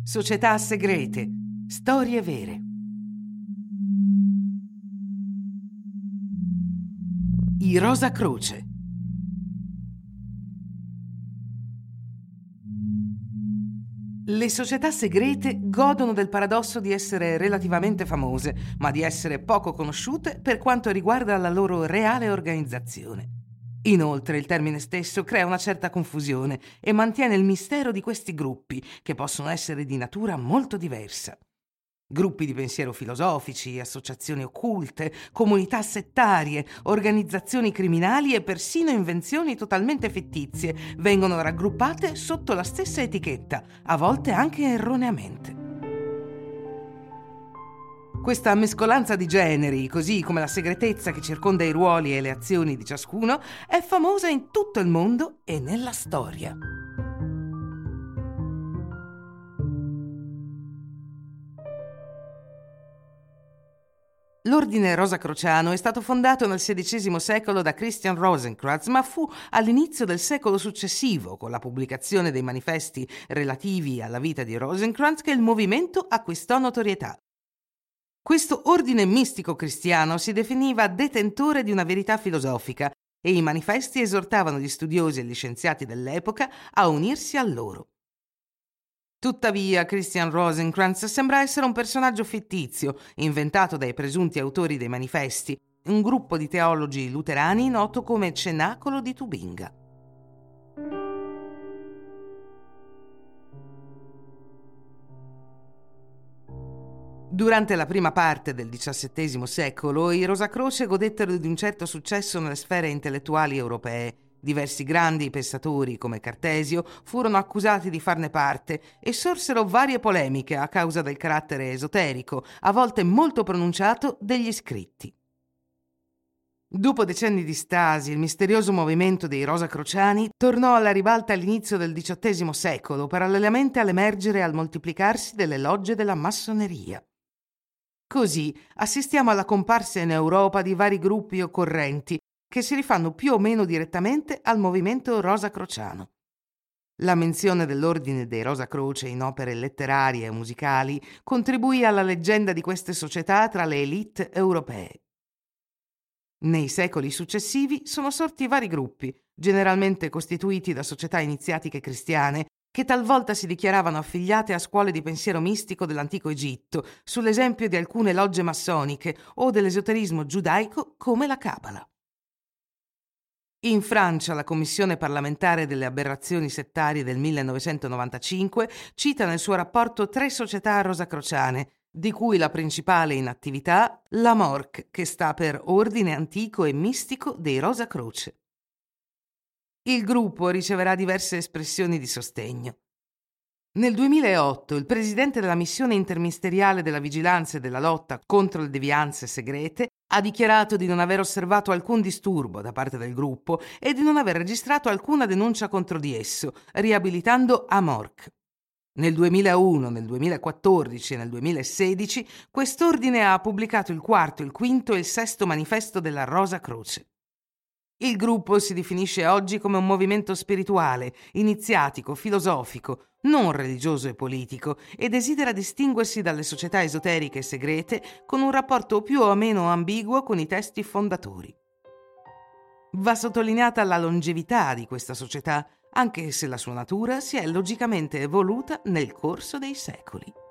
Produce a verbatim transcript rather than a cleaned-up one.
Società segrete, storie vere. I Rosa Croce. Le società segrete godono del paradosso di essere relativamente famose, ma di essere poco conosciute per quanto riguarda la loro reale organizzazione. Inoltre, il termine stesso crea una certa confusione e mantiene il mistero di questi gruppi, che possono essere di natura molto diversa. Gruppi di pensiero filosofici, associazioni occulte, comunità settarie, organizzazioni criminali e persino invenzioni totalmente fittizie vengono raggruppate sotto la stessa etichetta, a volte anche erroneamente. Questa mescolanza di generi, così come la segretezza che circonda i ruoli e le azioni di ciascuno, è famosa in tutto il mondo e nella storia. L'ordine rosacrociano è stato fondato nel sedicesimo secolo da Christian Rosenkranz, ma fu all'inizio del secolo successivo, con la pubblicazione dei manifesti relativi alla vita di Rosenkranz, che il movimento acquistò notorietà. Questo ordine mistico cristiano si definiva detentore di una verità filosofica e i manifesti esortavano gli studiosi e gli scienziati dell'epoca a unirsi a loro. Tuttavia, Christian Rosenkranz sembra essere un personaggio fittizio, inventato dai presunti autori dei manifesti, un gruppo di teologi luterani noto come Cenacolo di Tubinga. Durante la prima parte del diciassettesimo secolo, i Rosacroce godettero di un certo successo nelle sfere intellettuali europee. Diversi grandi pensatori, come Cartesio, furono accusati di farne parte e sorsero varie polemiche a causa del carattere esoterico, a volte molto pronunciato, degli scritti. Dopo decenni di stasi, il misterioso movimento dei Rosacrociani tornò alla ribalta all'inizio del diciottesimo secolo, parallelamente all'emergere e al moltiplicarsi delle logge della massoneria. Così assistiamo alla comparsa in Europa di vari gruppi o correnti che si rifanno più o meno direttamente al movimento rosacrociano. La menzione dell'ordine dei Rosacroce in opere letterarie e musicali contribuì alla leggenda di queste società tra le élite europee. Nei secoli successivi sono sorti vari gruppi, generalmente costituiti da società iniziatiche cristiane, che talvolta si dichiaravano affiliate a scuole di pensiero mistico dell'antico Egitto, sull'esempio di alcune logge massoniche o dell'esoterismo giudaico come la Cabala. In Francia, la Commissione parlamentare delle aberrazioni settarie del millenovecentonovantacinque cita nel suo rapporto tre società rosacrociane, di cui la principale in attività, la M O R C, che sta per Ordine Antico e Mistico dei Rosacroce. Il gruppo riceverà diverse espressioni di sostegno. Nel duemilaotto il presidente della missione interministeriale della vigilanza e della lotta contro le devianze segrete ha dichiarato di non aver osservato alcun disturbo da parte del gruppo e di non aver registrato alcuna denuncia contro di esso, riabilitando A M O R C. Nel duemilauno, nel duemilaquattordici e nel duemilasedici quest'ordine ha pubblicato il quarto, il quinto e il sesto manifesto della Rosa Croce. Il gruppo si definisce oggi come un movimento spirituale, iniziatico, filosofico, non religioso e politico, e desidera distinguersi dalle società esoteriche e segrete con un rapporto più o meno ambiguo con i testi fondatori. Va sottolineata la longevità di questa società, anche se la sua natura si è logicamente evoluta nel corso dei secoli.